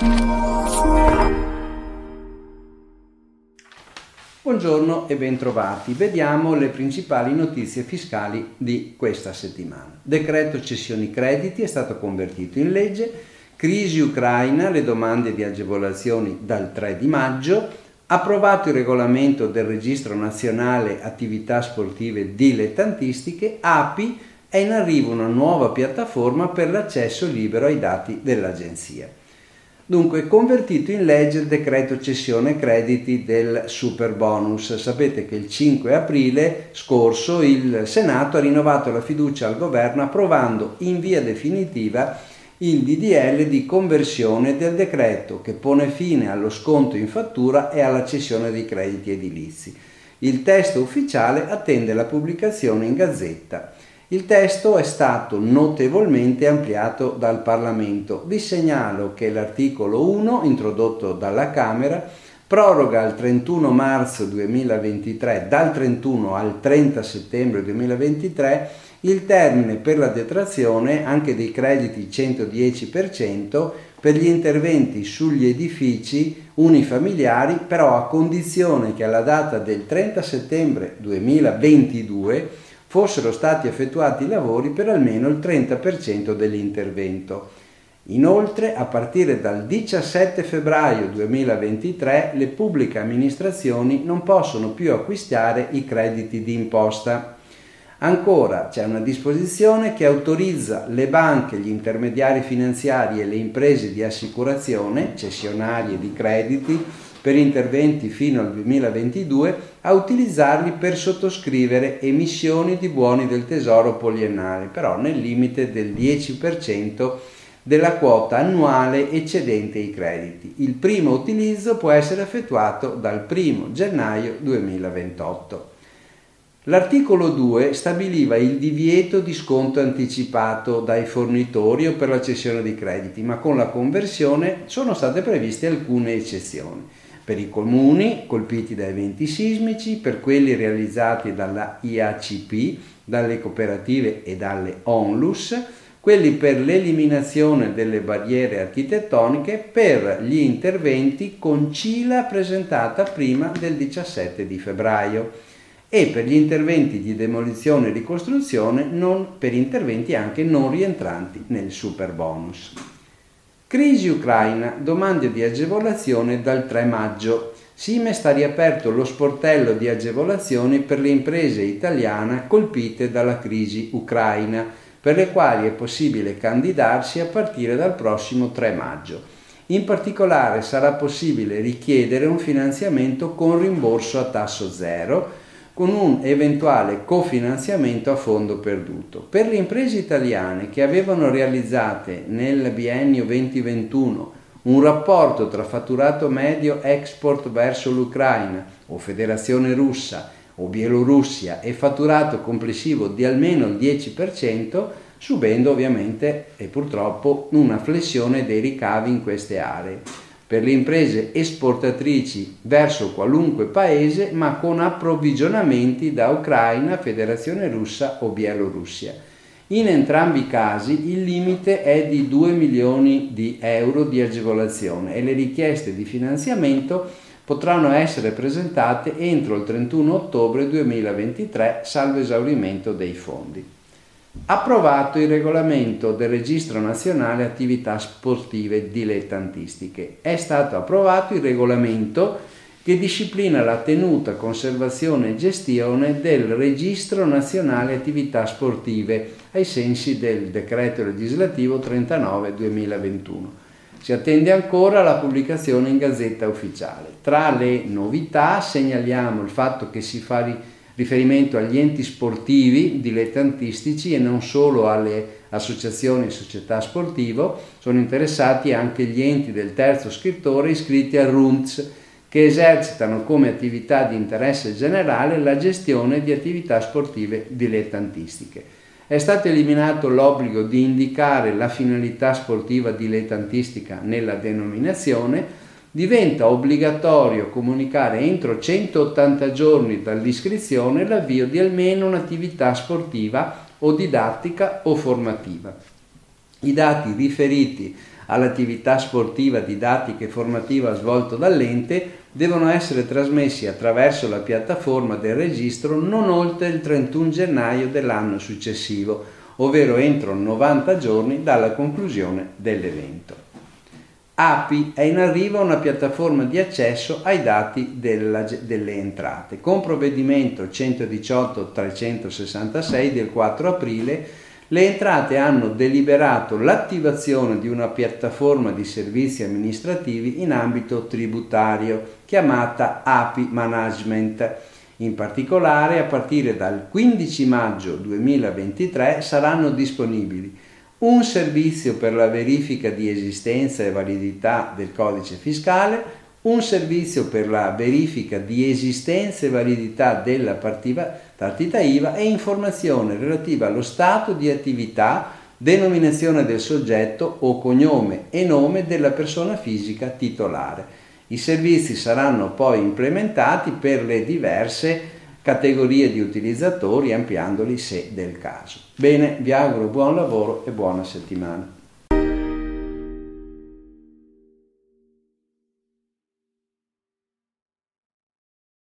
Buongiorno e bentrovati. Vediamo le principali notizie fiscali di questa settimana. Decreto cessioni crediti è stato convertito in legge. Crisi Ucraina, le domande di agevolazioni dal 3 di maggio. Approvato il regolamento del Registro Nazionale Attività Sportive Dilettantistiche. API, è in arrivo una nuova piattaforma per l'accesso libero ai dati dell'Agenzia. Dunque, convertito in legge il decreto cessione crediti del Superbonus. Sapete che il 5 aprile scorso il Senato ha rinnovato la fiducia al governo approvando in via definitiva il DDL di conversione del decreto che pone fine allo sconto in fattura e alla cessione dei crediti edilizi. Il testo ufficiale attende la pubblicazione in Gazzetta. Il testo è stato notevolmente ampliato dal Parlamento. Vi segnalo che l'articolo 1, introdotto dalla Camera, proroga al 31 marzo 2023, dal 31 al 30 settembre 2023, il termine per la detrazione anche dei crediti 110% per gli interventi sugli edifici unifamiliari, però a condizione che alla data del 30 settembre 2022 fossero stati effettuati i lavori per almeno il 30% dell'intervento. Inoltre, a partire dal 17 febbraio 2023, le pubbliche amministrazioni non possono più acquistare i crediti di imposta. Ancora, c'è una disposizione che autorizza le banche, gli intermediari finanziari e le imprese di assicurazione, cessionarie di crediti, per interventi fino al 2022, a utilizzarli per sottoscrivere emissioni di buoni del tesoro poliennali, però nel limite del 10% della quota annuale eccedente i crediti. Il primo utilizzo può essere effettuato dal 1 gennaio 2028. L'articolo 2 stabiliva il divieto di sconto anticipato dai fornitori o per la cessione di crediti, ma con la conversione sono state previste alcune eccezioni. Per i comuni colpiti da eventi sismici, per quelli realizzati dalla IACP, dalle cooperative e dalle ONLUS, quelli per l'eliminazione delle barriere architettoniche, per gli interventi con CILA presentata prima del 17 di febbraio e per gli interventi di demolizione e ricostruzione per interventi anche non rientranti nel Superbonus. Crisi Ucraina, domande di agevolazione dal 3 maggio. SIMEST ha riaperto lo sportello di agevolazioni per le imprese italiane colpite dalla crisi ucraina, per le quali è possibile candidarsi a partire dal prossimo 3 maggio. In particolare sarà possibile richiedere un finanziamento con rimborso a tasso zero, con un eventuale cofinanziamento a fondo perduto. Per le imprese italiane che avevano realizzate nel biennio 2021 un rapporto tra fatturato medio export verso l'Ucraina o Federazione Russa o Bielorussia e fatturato complessivo di almeno il 10%, subendo ovviamente e purtroppo una flessione dei ricavi in queste aree. Per le imprese esportatrici verso qualunque paese, ma con approvvigionamenti da Ucraina, Federazione Russa o Bielorussia. In entrambi i casi il limite è di 2 milioni di euro di agevolazione e le richieste di finanziamento potranno essere presentate entro il 31 ottobre 2023, salvo esaurimento dei fondi. Approvato il regolamento del Registro Nazionale Attività Sportive Dilettantistiche. È stato approvato il regolamento che disciplina la tenuta, conservazione e gestione del Registro Nazionale Attività Sportive ai sensi del decreto legislativo 39/2021. Si attende ancora la pubblicazione in Gazzetta Ufficiale. Tra le novità segnaliamo il fatto che si fa riferimento agli enti sportivi dilettantistici e non solo alle associazioni e società sportive. Sono interessati anche gli enti del terzo scrittore iscritti al RUNTS, che esercitano come attività di interesse generale la gestione di attività sportive dilettantistiche. È stato eliminato l'obbligo di indicare la finalità sportiva dilettantistica nella denominazione. Diventa obbligatorio comunicare entro 180 giorni dall'iscrizione l'avvio di almeno un'attività sportiva o didattica o formativa. I dati riferiti all'attività sportiva, didattica e formativa svolta dall'ente devono essere trasmessi attraverso la piattaforma del registro non oltre il 31 gennaio dell'anno successivo, ovvero entro 90 giorni dalla conclusione dell'evento. API è in arrivo una piattaforma di accesso ai dati delle entrate. Con provvedimento 118-366 del 4 aprile le entrate hanno deliberato l'attivazione di una piattaforma di servizi amministrativi in ambito tributario chiamata API Management. In particolare, a partire dal 15 maggio 2023 saranno disponibili un servizio per la verifica di esistenza e validità del codice fiscale, un servizio per la verifica di esistenza e validità della partita IVA e informazione relativa allo stato di attività, denominazione del soggetto o cognome e nome della persona fisica titolare. I servizi saranno poi implementati per le diverse categorie di utilizzatori, ampliandoli se del caso. Bene, vi auguro buon lavoro e buona settimana.